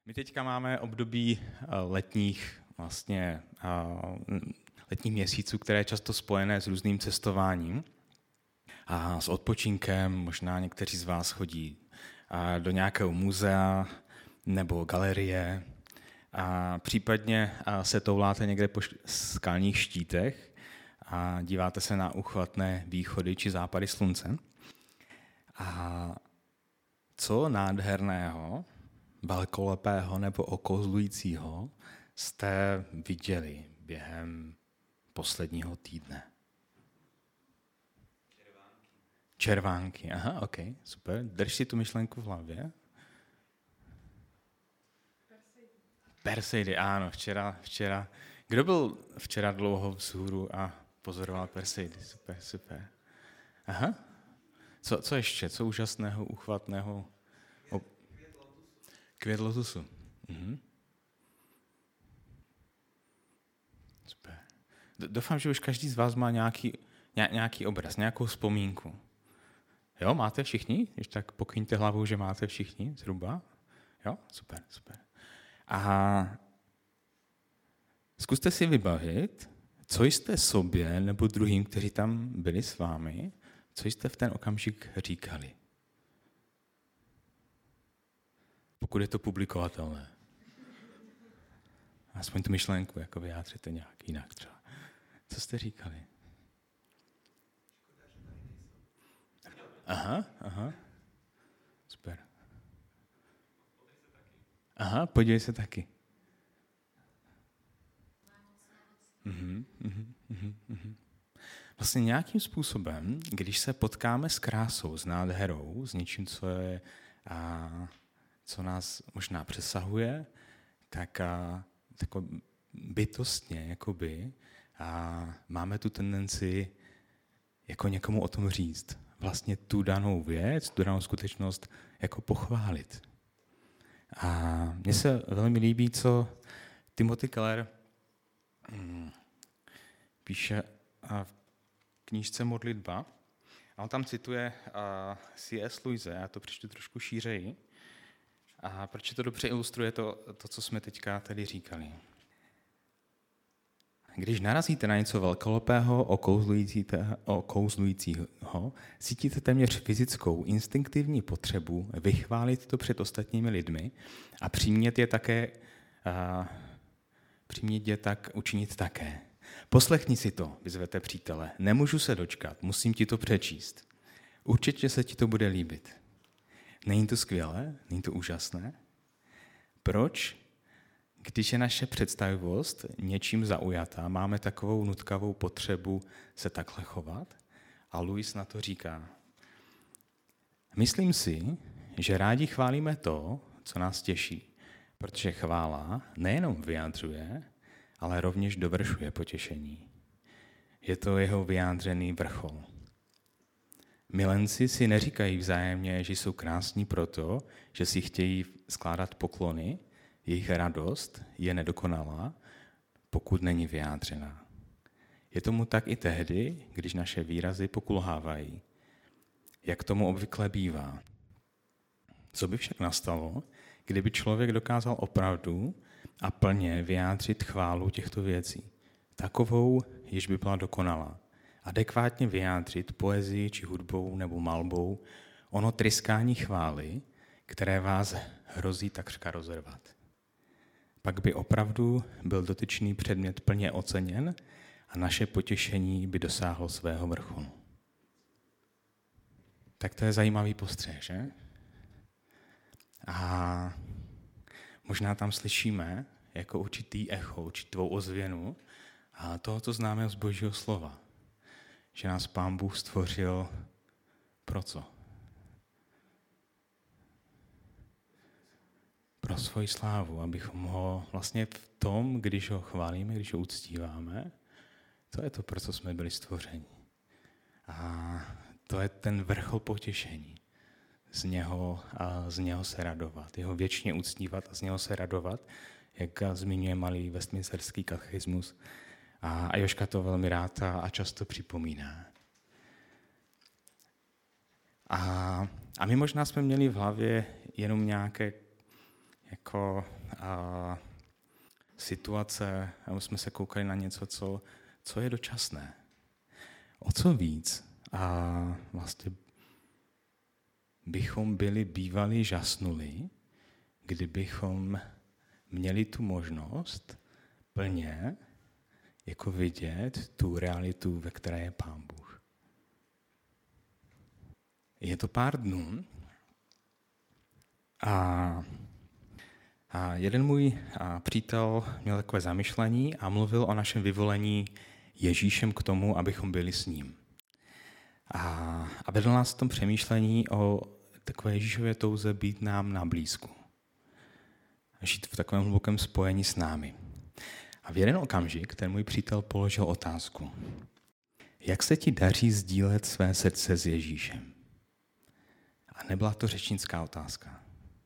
My teďka máme období letních měsíců, které je často spojené s různým cestováním a s odpočinkem. Možná někteří z vás chodí do nějakého muzea nebo galerie a případně se touláte někde po skalních štítech a díváte se na uchvatné východy či západy slunce. A co nádherného, velkolepého nebo okouzlujícího jste viděli během posledního týdne? Červánky, aha, ok, super. Drž si tu myšlenku v hlavě. Perseidy, ano, včera. Kdo byl včera dlouho vzhůru a pozoroval Perseidy? Super. Aha. Co ještě? Co úžasného, uchvatného? Květ lotusu. Mhm. Super. Doufám, že už každý z vás má nějaký obraz, nějakou vzpomínku. Jo, máte všichni? Když tak pokýňte hlavou, že máte všichni zhruba. Jo, super. A zkuste si vybavit, co jste sobě nebo druhým, kteří tam byli s vámi, co jste v ten okamžik říkali. Pokud je to publikovatelné. Aspoň tu myšlenku jako vyjádřete nějak jinak třeba. Co jste říkali? Aha. Super. Aha, podívej se taky. Vlastně nějakým způsobem, když se potkáme s krásou, s nádherou, s něčím, co nás možná přesahuje, tak bytostně jakoby, máme tu tendenci jako někomu o tom říct. Vlastně tu danou věc, tu danou skutečnost jako pochválit. A mně se velmi líbí, co Timothy Keller píše v knížce Modlitba. A on tam cituje C.S. Lewise, já to přečtu trošku šířeji. A proč to dobře ilustruje to, co jsme teďka tady říkali. Když narazíte na něco velkolepého, okouzlujícího, cítíte téměř fyzickou, instinktivní potřebu vychválit to před ostatními lidmi a přimět je tak učinit také. Poslechni si to, vyzvete přítele. Nemůžu se dočkat, musím ti to přečíst. Určitě se ti to bude líbit. Není to skvělé? Není to úžasné? Proč, když je naše představivost něčím zaujatá, máme takovou nutkavou potřebu se takhle chovat? A Lewis na to říká, myslím si, že rádi chválíme to, co nás těší, protože chvála nejenom vyjadřuje, ale rovněž dovršuje potěšení. Je to jeho vyjádřený vrchol. Milenci si neříkají vzájemně, že jsou krásní proto, že si chtějí skládat poklony, jejich radost je nedokonalá, pokud není vyjádřená. Je tomu tak i tehdy, když naše výrazy pokulhávají. Jak tomu obvykle bývá. Co by však nastalo, kdyby člověk dokázal opravdu a plně vyjádřit chválu těchto věcí, takovou, jež by byla dokonalá, adekvátně vyjádřit poezii či hudbou nebo malbou ono tryskání chvály, které vás hrozí takřka rozervat. Pak by opravdu byl dotyčný předmět plně oceněn a naše potěšení by dosáhlo svého vrcholu. Tak to je zajímavý postřeh, že? A možná tam slyšíme jako určitý echo, určitou ozvěnu a toho, co známe z Božího slova. Že nás Pán Bůh stvořil pro co? Pro svoji slávu, abychom ho vlastně v tom, když ho chválíme, když ho uctíváme, to je to, pro co jsme byli stvořeni. A to je ten vrchol potěšení. Z něho se radovat, jeho věčně uctívat a z něho se radovat, jak zmiňuje malý westminsterský katechismus. A Jožka to velmi rád a často připomíná. A my možná jsme měli v hlavě jenom nějaké jako situace, nebo jsme se koukali na něco, co je dočasné. O co víc a vlastně bychom byli bývali žasnuli, kdybychom měli tu možnost plně jako vidět tu realitu, ve které je Pán Bůh. Je to pár dnů a jeden můj přítel měl takové zamyšlení a mluvil o našem vyvolení Ježíšem k tomu, abychom byli s ním. A vedl nás v tom přemýšlení o takové Ježíšově touze být nám na blízku. Žít v takovém hlubokém spojení s námi. A v jeden okamžik ten můj přítel položil otázku. Jak se ti daří sdílet své srdce s Ježíšem? A nebyla to řečnická otázka.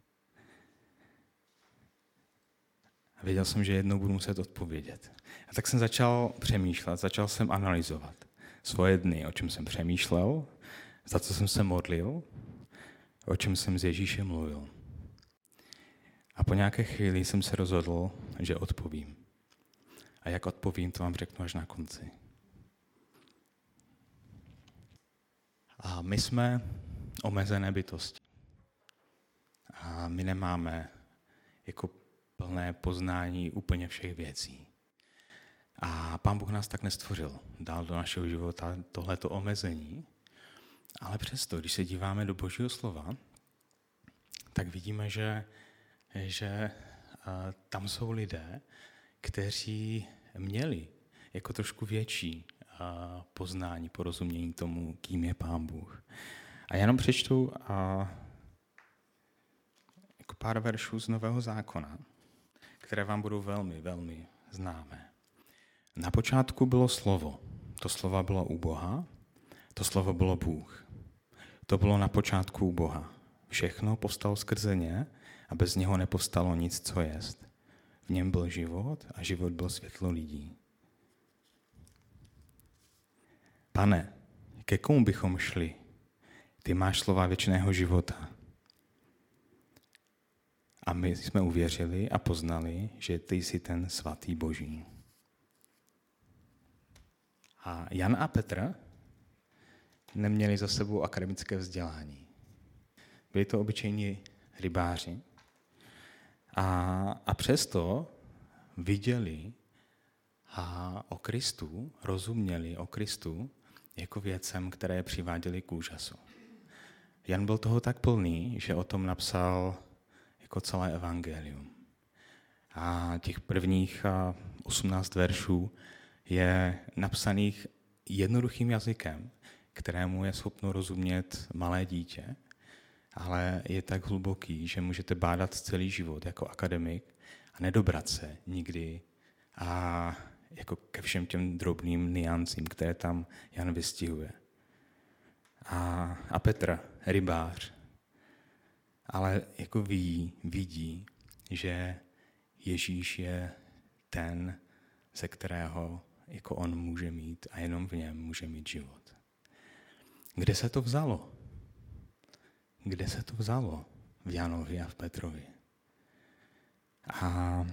A věděl jsem, že jednou budu muset odpovědět. A tak jsem začal přemýšlet, začal jsem analyzovat svoje dny, o čem jsem přemýšlel, za co jsem se modlil, o čem jsem s Ježíšem mluvil. A po nějaké chvíli jsem se rozhodl, že odpovím. A jak odpovím, to vám řeknu až na konci. A my jsme omezené bytosti. A my nemáme jako plné poznání úplně všech věcí. A Pán Bůh nás tak nestvořil. Dal do našeho života tohleto omezení. Ale přesto, když se díváme do Božího slova, tak vidíme, že tam jsou lidé, kteří měli jako trošku větší poznání, porozumění tomu, kým je Pán Bůh. A já jenom přečtu jako pár veršů z Nového zákona, které vám budou velmi, velmi známé. Na počátku bylo slovo. To slovo bylo u Boha, to slovo bylo Bůh. To bylo na počátku u Boha. Všechno povstalo skrze ně a bez něho nepovstalo nic, co jest. V něm byl život a život byl světlo lidí. Pane, ke komu bychom šli? Ty máš slova věčného života. A my jsme uvěřili a poznali, že ty jsi ten svatý Boží. A Jan a Petr neměli za sebou akademické vzdělání. Byli to obyčejní rybáři. A přesto viděli o Kristu, rozuměli o Kristu jako věcem, které přiváděly k úžasu. Jan byl toho tak plný, že o tom napsal jako celé evangelium. A těch prvních 18 veršů je napsaných jednoduchým jazykem, kterému je schopno rozumět malé dítě, ale je tak hluboký, že můžete bádat celý život jako akademik a nedobrat se nikdy a jako ke všem těm drobným niancím, které tam Jan vystihuje. A Petr, rybář, ale jako vidí, že Ježíš je ten, ze kterého jako on může mít a jenom v něm může mít život. Kde se to vzalo? Kde se to vzalo v Janovi a v Petrovi? A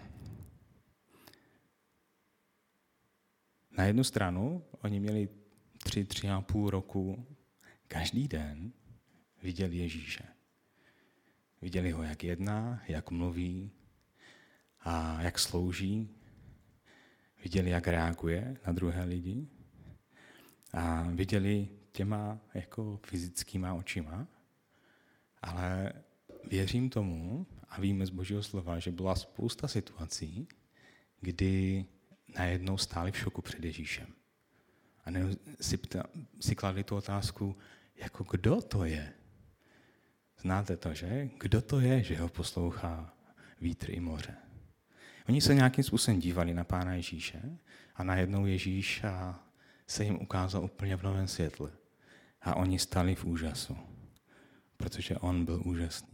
na jednu stranu oni měli 3,5 roku každý den viděli Ježíše. Viděli ho, jak jedná, jak mluví a jak slouží. Viděli, jak reaguje na druhé lidi. A viděli těma jako fyzickýma očima. Ale věřím tomu a víme z Božího slova, že byla spousta situací, kdy najednou stáli v šoku před Ježíšem. A si kladli tu otázku, jako kdo to je? Znáte to, že? Kdo to je, že ho poslouchá vítr i moře? Oni se nějakým způsobem dívali na Pána Ježíše a najednou Ježíš se jim ukázal úplně v novém světle. A oni stali v úžasu, protože on byl úžasný.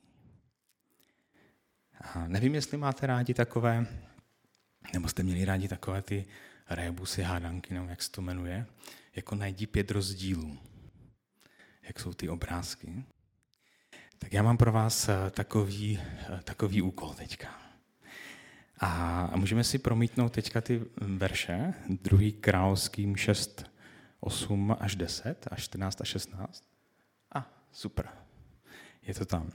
A nevím, jestli máte rádi takové, nebo jste měli rádi takové ty rébusy, hádanky, nebo jak se to jmenuje, jako najdi 5 rozdílů. Jak jsou ty obrázky. Tak já mám pro vás takový úkol teďka. A můžeme si promítnout teďka ty verše, 2. Královským 6, 8 až 10, až 14 až 16. Super. Je to tam.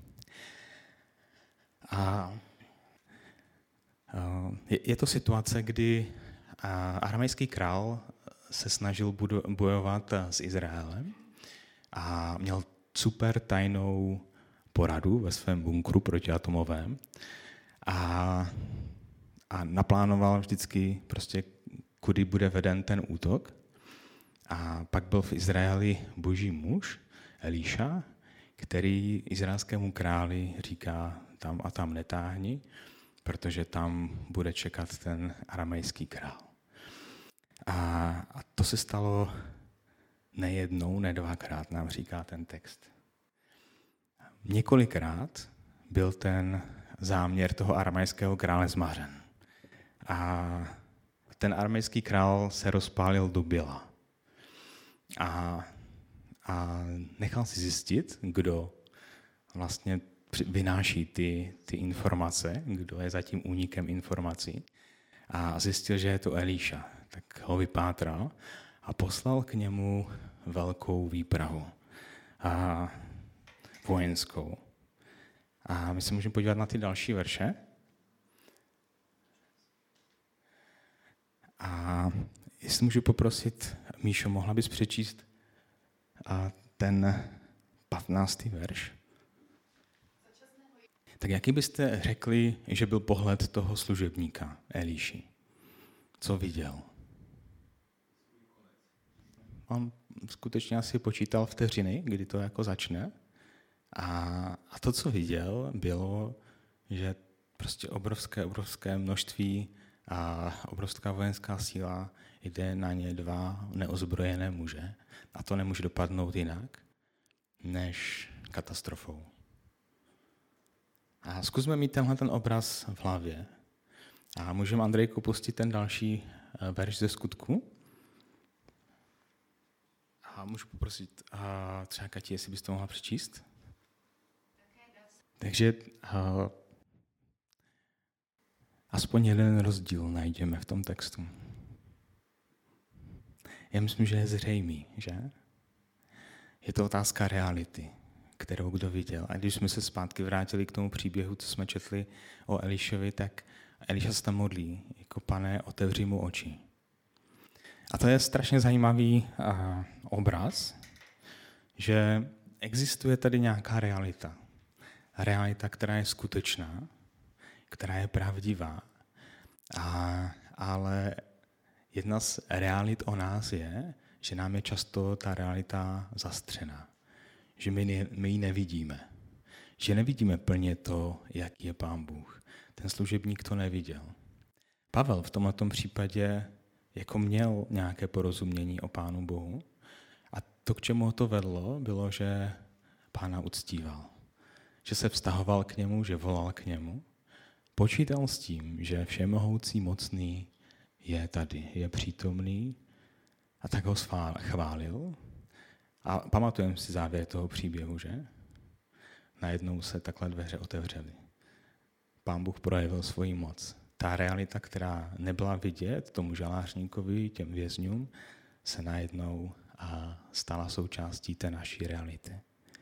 Je to situace, kdy aramejský král se snažil bojovat s Izraelem a měl super tajnou poradu ve svém bunkru protiatomovém a naplánoval vždycky prostě, kudy bude veden ten útok. A pak byl v Izraeli boží muž, Elíša, který izraelskému králi říká, tam a tam netáhni, protože tam bude čekat ten aramejský král. A to se stalo nejednou, ne dvakrát, nám říká ten text. Několikrát byl ten záměr toho aramejského krále zmařen. A ten aramejský král se rozpálil do běla. A nechal si zjistit, kdo vlastně vynáší ty informace, kdo je za tím únikem informací. A zjistil, že je to Elíša. Tak ho vypátral a poslal k němu velkou výpravu vojenskou. A my se můžeme podívat na ty další verše. A jestli můžu poprosit, Míšo, mohla bys přečíst ten 15. verš? Tak jaký byste řekli, že byl pohled toho služebníka Elíši? Co viděl? On skutečně asi počítal vteřiny, kdy to jako začne. A to, co viděl, bylo, že prostě obrovské množství a obrovská vojenská síla jde na ně 2 neozbrojené muže. A to nemůže dopadnout jinak, než katastrofou. A zkusme mít tenhle ten obraz v hlavě. A můžeme, Andrejku, pustit ten další verš ze Skutku? A můžu poprosit třeba Kati, jestli bys to mohla přečíst? Takže aspoň jeden rozdíl najdeme v tom textu. Já myslím, že je zřejmý, že? Je to otázka reality, kterou kdo viděl. A když jsme se zpátky vrátili k tomu příběhu, co jsme četli o Elišovi, tak Eliša se tam modlí, jako Pane, otevři mu oči. A to je strašně zajímavý obraz, že existuje tady nějaká realita. Realita, která je skutečná, která je pravdivá, ale jedna z realit o nás je, že nám je často ta realita zastřená. Že my ji nevidíme. Že nevidíme plně to, jaký je Pán Bůh. Ten služebník to neviděl. Pavel v tomto případě jako měl nějaké porozumění o Pánu Bohu a to, k čemu ho to vedlo, bylo, že Pána uctíval. Že se vztahoval k němu, že volal k němu. Počítal s tím, že všemohoucí mocný je tady, je přítomný a tak ho chválil. A pamatujeme si závěr toho příběhu, že? Najednou se takhle dveře otevřely. Pán Bůh projevil svoji moc. Ta realita, která nebyla vidět tomu žalářníkovi, těm vězňům, se najednou stala součástí té naší reality.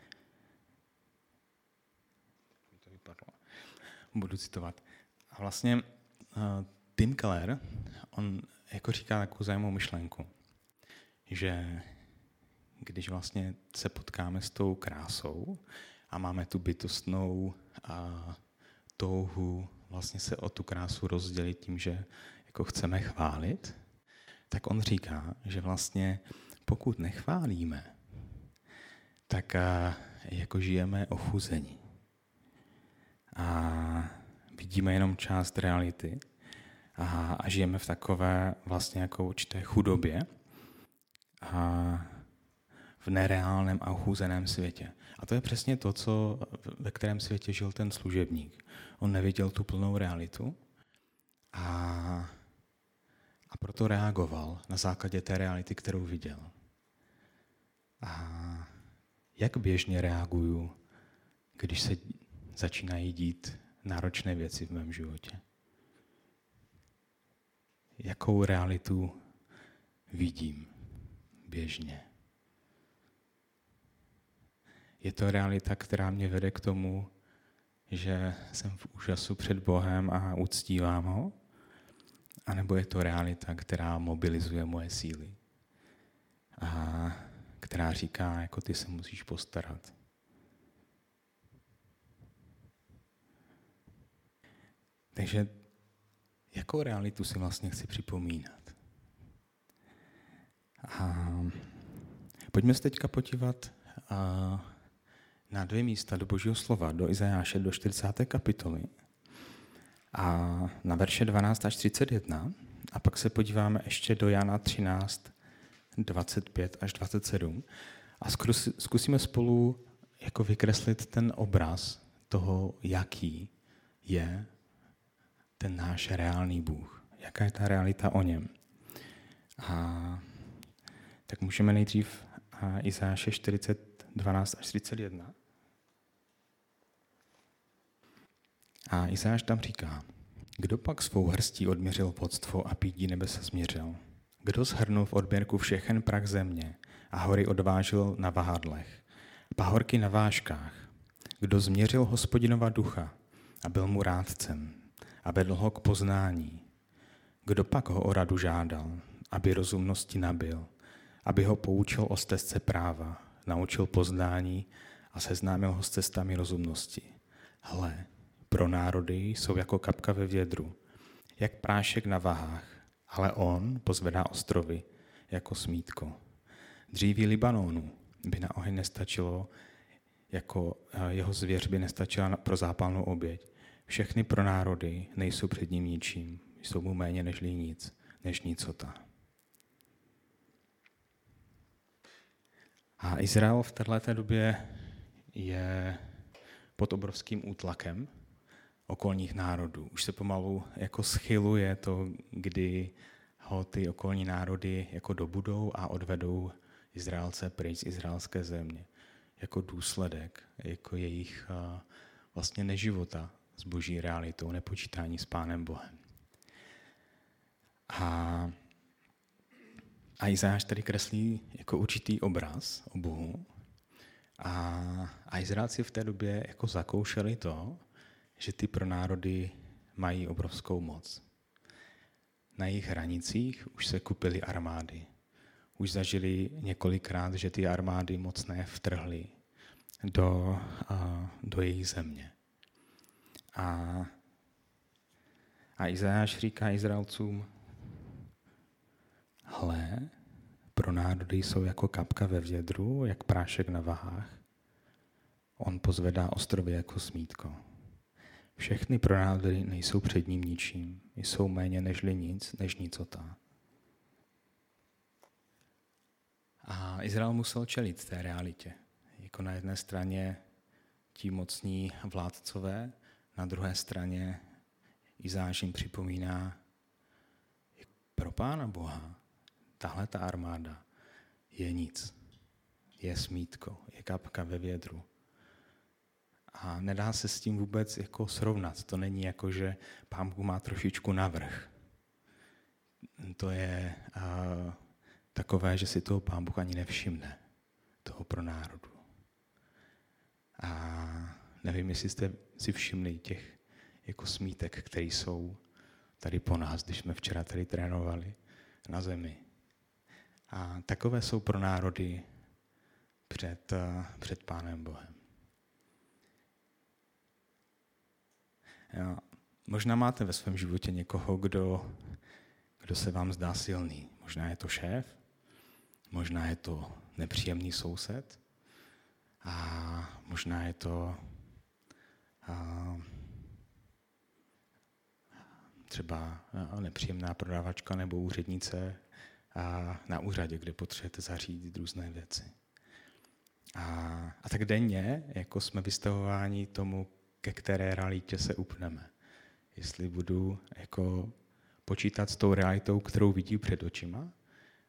To vypadlo. Budu citovat. A vlastně Tim Keller, on jako říká takovou zajímavou myšlenku, že když vlastně se potkáme s tou krásou a máme tu bytostnou touhu vlastně se o tu krásu rozdělit tím, že jako chceme chválit, tak on říká, že vlastně pokud nechválíme, tak jako žijeme ochuzení. A vidíme jenom část reality a žijeme v takové vlastně jako určité chudobě a v nereálném a ochuzeném světě. A to je přesně to, ve kterém světě žil ten služebník. On neviděl tu plnou realitu a proto reagoval na základě té reality, kterou viděl. A jak běžně reaguju když se začínají dít náročné věci v mém životě. Jakou realitu vidím běžně. Je to realita, která mě vede k tomu, že jsem v úžasu před Bohem a uctívám ho? A nebo je to realita, která mobilizuje moje síly? A která říká, jako ty se musíš postarat. Takže jakou realitu si vlastně chci připomínat? A pojďme se teďka podívat na 2 místa do Božího slova, do Izajáše, do 40. kapitoly a na verše 12 až 31 a pak se podíváme ještě do Jana 13, 25 až 27 a zkusíme spolu jako vykreslit ten obraz toho, jaký je ten náš reálný Bůh. Jaká je ta realita o něm. A tak můžeme nejdřív Izajáše 40, 12 až 31. A Izajáš tam říká, kdo pak svou hrstí odměřil vodstvo a pídí nebe se změřil? Kdo shrnul v odběrku všechen prach země a hory odvážil na vahadlech, pahorky na vážkách? Kdo změřil Hospodinova ducha a byl mu rádcem a vedl ho k poznání? Kdo pak ho o radu žádal, aby rozumnosti nabyl, aby ho poučil o stezce práva, naučil poznání a seznámil ho s cestami rozumnosti? Hle, pro národy jsou jako kapka ve vědru, jak prášek na vahách, ale on pozvedá ostrovy jako smítko. Dříví Libanonu by na oheň nestačilo, jako jeho zvěř by nestačila pro zápalnou oběť. Všechny pro národy nejsou před ním ničím, jsou mu méně než nicota. A Izrael v této době je pod obrovským útlakem okolních národů. Už se pomalu jako schyluje to, kdy ho ty okolní národy jako dobudou a odvedou Izraelce pryč z izraelské země. Jako důsledek, jako jejich vlastně neživota s boží realitou, nepočítání s Pánem Bohem. A Izajáš tady kreslí jako určitý obraz o Bohu. A Izraelci v té době jako zakoušeli to, že ty pronárody mají obrovskou moc. Na jejich hranicích už se kupily armády. Už zažili několikrát, že ty armády mocné vtrhly do jejich země. A Izajáš říká Izraelcům, hle, pro národy jsou jako kapka ve vědru, jak prášek na vahách. On pozvedá ostrovy jako smítko. Všechny pro národy nejsou před ním ničím, jsou méně než nicota. A Izrael musel čelit té realitě. Jako na jedné straně ti mocní vládcové, na druhé straně Izajáš jim připomíná, pro Pána Boha tahle ta armáda je nic. Je smítko, je kapka ve vědru. A nedá se s tím vůbec jako srovnat. To není jako, že Pán Bůh má trošičku navrch. To je takové, že si toho Pán Bůh ani nevšimne, toho pro národu. A nevím, jestli jste si všimli těch jako smítek, které jsou tady po nás, když jsme včera tady trénovali na zemi. A takové jsou pro národy před Pánem Bohem. Možná máte ve svém životě někoho, kdo se vám zdá silný. Možná je to šéf, možná je to nepříjemný soused a možná je to třeba nepříjemná prodavačka nebo úřednice na úřadě, kde potřebujete zařídit různé věci. A tak denně jako jsme vystavováni tomu, ke které realitě se upneme. Jestli budu jako počítat s tou realitou, kterou vidím před očima,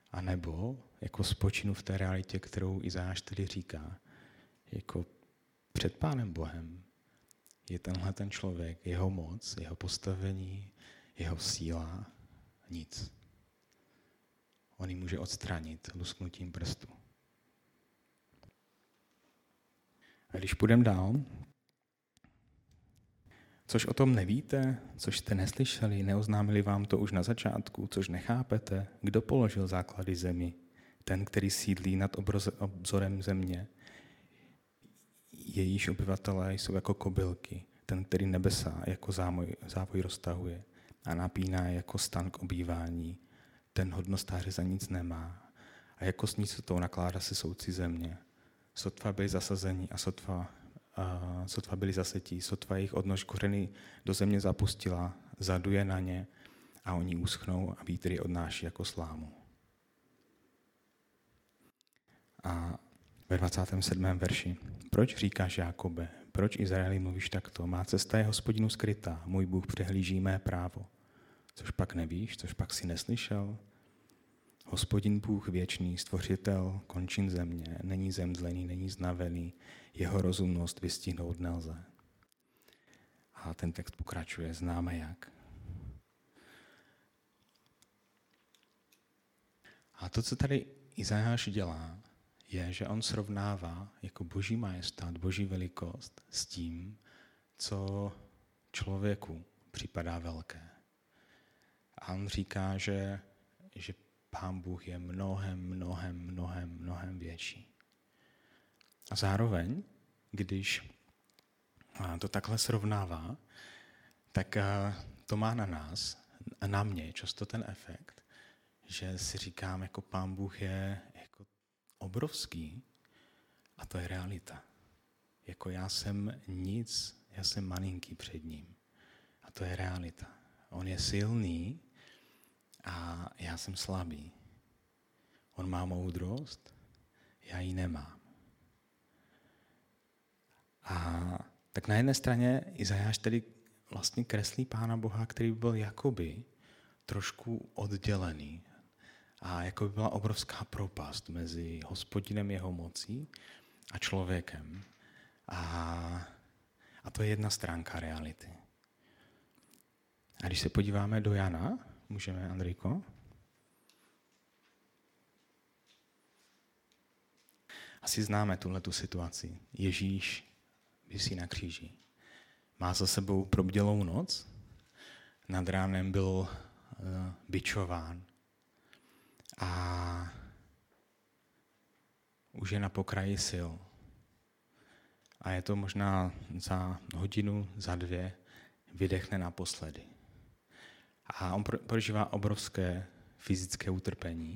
anebo jako spočinu v té realitě, kterou Izajáš tedy říká. Jako před Pánem Bohem je tenhle ten člověk, jeho moc, jeho postavení, jeho síla, nic. On ji může odstranit lusknutím prstu. A když půjdeme dál, což o tom nevíte, což jste neslyšeli, neoznámili vám to už na začátku, což nechápete, kdo položil základy zemi, ten, který sídlí nad obzorem země, jejíž obyvatelé jsou jako kobylky, ten, který nebesa jako závoj roztahuje a napíná jako stan k obývání, ten hodnostáře za nic nemá a jako s nicotou nakládá se soudci země. Sotva byli zasazení a sotva byli zasetí, sotva jejich odnož kořeny do země zapustila, zaduje na ně a oni uschnou a vítr je odnáší jako slámu. A ve 27. verši. Proč říkáš, Jákobe, proč Izraeli mluvíš takto? Má cesta je Hospodinu skrytá, můj Bůh přehlíží mé právo. Což pak nevíš, což pak si neslyšel? Hospodin Bůh věčný, stvořitel končin země, není zemdlený, není znavený, jeho rozumnost vystihnout nelze. A ten text pokračuje, známe jak. A to, co tady Izajáš dělá, je, že on srovnává jako boží majestát, boží velikost s tím, co člověku připadá velké. A on říká, že Pán Bůh je mnohem větší. A zároveň, když to takhle srovnává, tak to má na nás a na mě často ten efekt, že si říkám, jako Pán Bůh je jako obrovský a to je realita. Jako já jsem nic, já jsem malinký před ním. A to je realita. On je silný a já jsem slabý. On má moudrost, já ji nemám. A tak na jedné straně Izajáš tedy vlastně kreslí Pána Boha, který byl jakoby trošku oddělený. A jako by byla obrovská propast mezi Hospodinem jeho mocí a člověkem. A to je jedna stránka reality. A když se podíváme do Jana, můžeme, Andrejko? Asi známe tuhletu situaci. Ježíš visí na kříži. Má za sebou probdělou noc, nad ránem byl bičován a už je na pokraji sil. A je to možná za hodinu, za 2 vydechne naposledy. A on prožívá obrovské fyzické utrpení.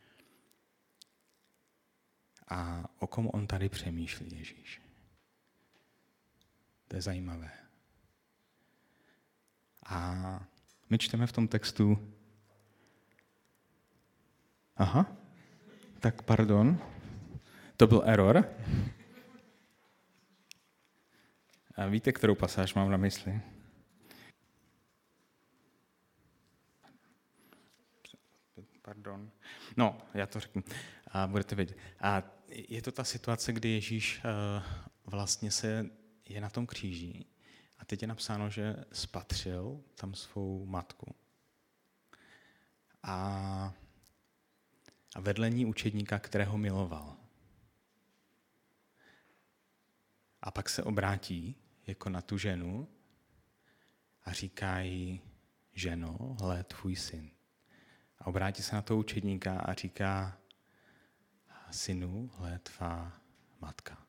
A o kom on tady přemýšlí, Ježíš? To je zajímavé. A my čteme v tom textu. Aha, tak pardon, to byl error. A víte, kterou pasáž mám na mysli? Pardon. No, já to řeknu. A budete vědět. A je to ta situace, kdy Ježíš vlastně je na tom kříži a teď je napsáno, že spatřil tam svou matku. A vedle ní učedníka, kterého miloval. A pak se obrátí jako na tu ženu a říká jí, ženo, hle, tvůj syn. A obrátí se na toho učedníka a říká, synu, hle, tvá matka.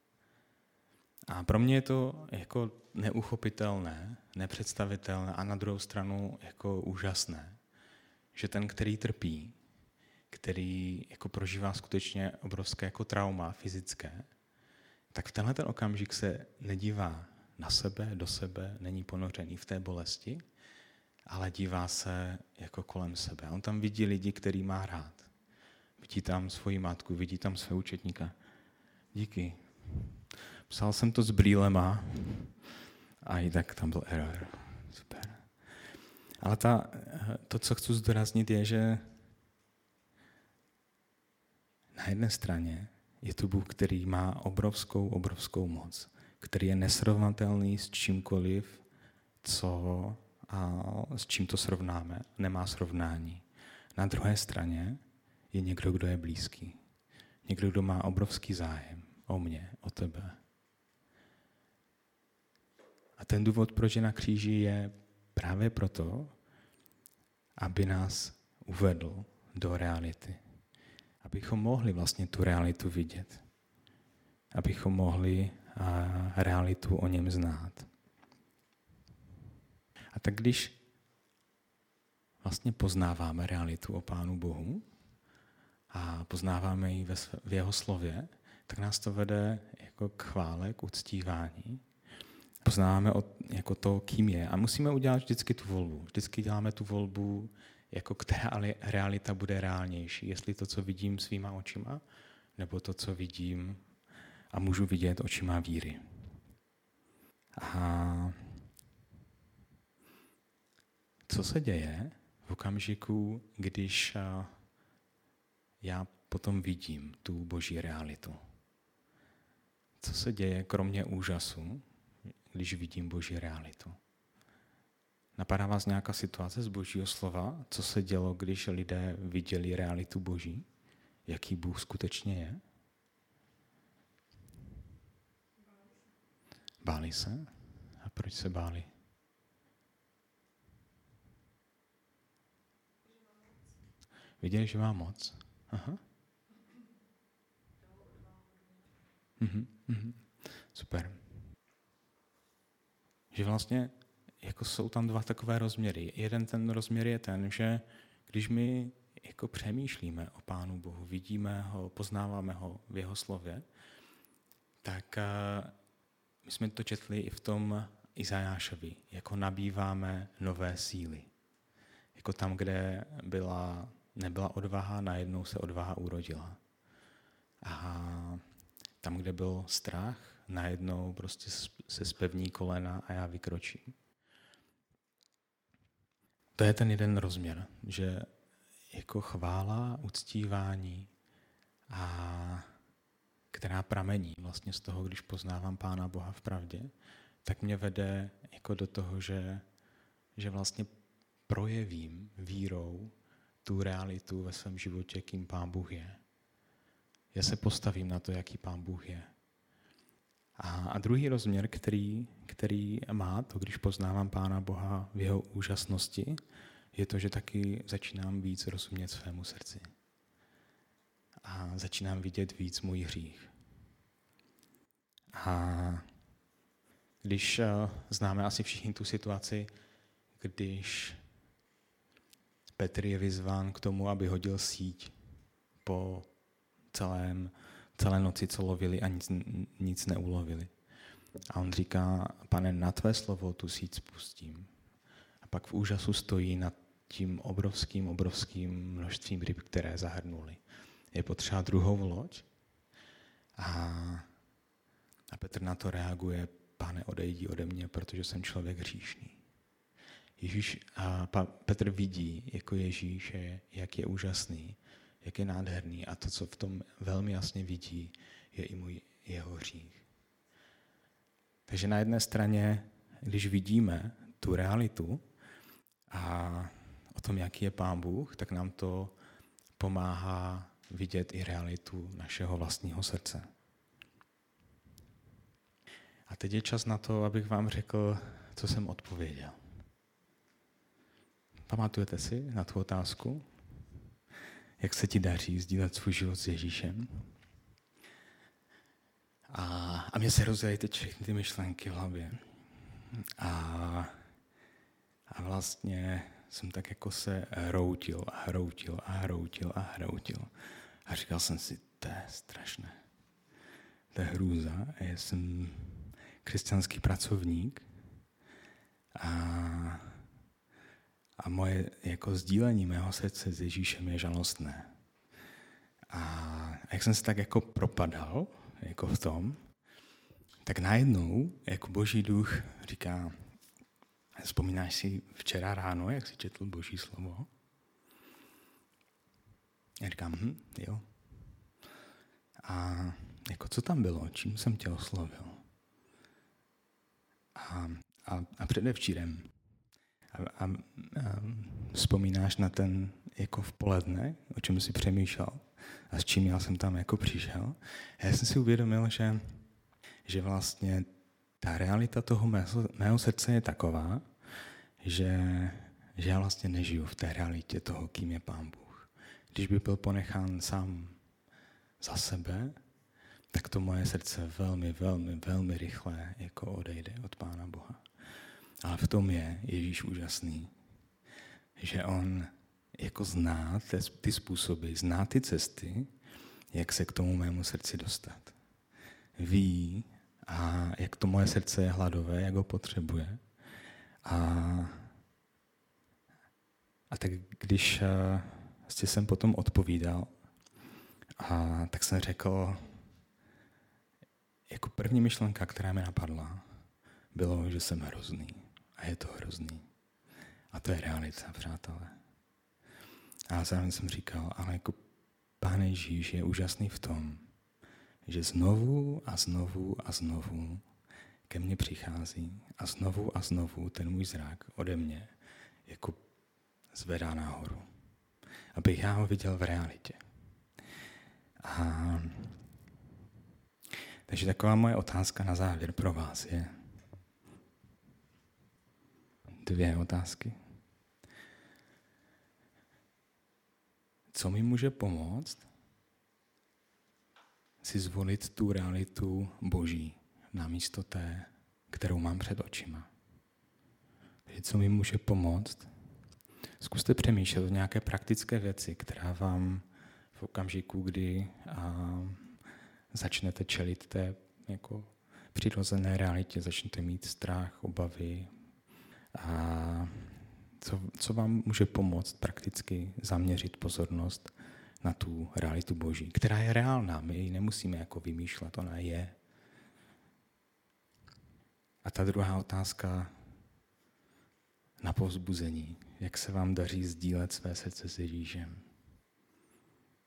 A pro mě je to jako neuchopitelné, nepředstavitelné a na druhou stranu jako úžasné, že ten, který trpí, který jako prožívá skutečně obrovské jako trauma fyzické, tak v tenhle ten okamžik se nedívá na sebe, do sebe, není ponořený v té bolesti, ale dívá se jako kolem sebe. On tam vidí lidi, který má rád. Vidí tam svoji matku, vidí tam svého učetníka. Díky. Psal jsem to s brýlema a i tak tam byl error. Super. Ale to, co chci zdůraznit, je, že na jedné straně je to Bůh, který má obrovskou moc, který je nesrovnatelný s čímkoliv, s čím to srovnáme, nemá srovnání. Na druhé straně je někdo, kdo je blízký. Někdo, kdo má obrovský zájem o mě, o tebe. A ten důvod, proč je na kříži, je právě proto, aby nás uvedl do reality. Abychom mohli vlastně tu realitu vidět. Abychom mohli realitu o něm znát. A tak když vlastně poznáváme realitu o Pánu Bohu a poznáváme ji v jeho slově, tak nás to vede jako k chvále, k uctívání. Poznáváme jako to, kým je. A musíme udělat vždycky tu volbu. Vždycky děláme tu volbu, jako která realita bude reálnější. Jestli to, co vidím svýma očima, nebo to, co vidím a můžu vidět očima víry. A co se děje v okamžiku, když já potom vidím tu boží realitu? Co se děje kromě úžasu, když vidím boží realitu? Napadá vás nějaká situace z božího slova? Co se dělo, když lidé viděli realitu boží? Jaký Bůh skutečně je? Báli se? A proč se báli? Viděli, že má moc? Aha. Super. Že vlastně jako jsou tam dva takové rozměry. Jeden ten rozměr je ten, že když my jako přemýšlíme o Pánu Bohu, vidíme ho, poznáváme ho v jeho slově, tak my jsme to četli i v tom Izajášovi, jako nabýváme nové síly. Jako tam, kde nebyla odvaha, najednou se odvaha urodila. A tam, kde byl strach, najednou prostě se zpevní kolena a já vykročím. To je ten jeden rozměr, že jako chvála, uctívání, která pramení vlastně z toho, když poznávám Pána Boha v pravdě, tak mě vede jako do toho, že vlastně projevím vírou tu realitu ve svém životě, kým Pán Bůh je. Já se postavím na to, jaký Pán Bůh je. A druhý rozměr, který má to, když poznávám Pána Boha v jeho úžasnosti, je to, že taky začínám víc rozumět svému srdci. A začínám vidět víc můj hřích. A když známe asi všichni tu situaci, když Petr je vyzván k tomu, aby hodil síť po celé noci, co lovili a nic neulovili. A on říká, Pane, na tvé slovo tu síť spustím. A pak v úžasu stojí nad tím obrovským množstvím ryb, které zahrnuli. Je potřeba druhou loď a Petr na to reaguje, Pane, odejdi ode mě, protože jsem člověk hříšný. Petr vidí jako Ježíš, jak je úžasný, jak je nádherný a to, co v tom velmi jasně vidí, je i jeho hřích. Takže na jedné straně, když vidíme tu realitu a o tom, jaký je Pán Bůh, tak nám to pomáhá vidět i realitu našeho vlastního srdce. A teď je čas na to, abych vám řekl, co jsem odpověděl. Pamatujete si na tu otázku? Jak se ti daří sdílet svůj život s Ježíšem? A mě se rozdělají teď všechny ty myšlenky v hlavě. A vlastně jsem tak jako se hroutil. A říkal jsem si, to je strašné. To je hrůza. Já jsem křesťanský pracovník a moje jako sdílení mého srdce s Ježíšem je žalostné. A jak jsem se tak jako propadal, jako v tom, tak najednou, jako Boží duch říká, vzpomínáš si včera ráno, jak jsi četl Boží slovo? Já říkám, jo. A jako co tam bylo? Čím jsem tě oslovil? A předevčírem. A vzpomínáš na ten jako v poledne, o čem jsi přemýšlel a s čím já jsem tam jako přišel? A já jsem si uvědomil, že vlastně ta realita toho mého srdce je taková, že já vlastně nežiju v té realitě toho, kým je Pán Bůh. Když by byl ponechán sám za sebe, tak to moje srdce velmi, velmi, velmi rychle jako odejde od Pána Boha. Ale v tom je Ježíš úžasný, že on jako zná ty způsoby, zná ty cesty, jak se k tomu mému srdci dostat. Ví, a jak to moje srdce je hladové, jak ho potřebuje. A tak když jsem potom odpovídal, tak jsem řekl, jako první myšlenka, která mi napadla, bylo, že jsem hrozný. A je to hrozný. A to je realita, přátelé. A zároveň jsem říkal, ale jako Pán Ježíš je úžasný v tom, že znovu a znovu a znovu ke mně přichází a znovu ten můj zrak ode mě jako zvedá nahoru. Abych já ho viděl v realitě. Takže taková moje otázka na závěr pro vás je 2 otázky. Co mi může pomoct si zvolit tu realitu Boží namísto té, kterou mám před očima? Co mi může pomoct? Zkuste přemýšlet o nějaké praktické věci, která vám v okamžiku, kdy začnete čelit té jako přirozené realitě, začnete mít strach, obavy. A co vám může pomoct prakticky zaměřit pozornost na tu realitu Boží, která je reálná, my ji nemusíme jako vymýšlet, ona je. A ta druhá otázka na povzbuzení, jak se vám daří sdílet své srdce s Ježíšem.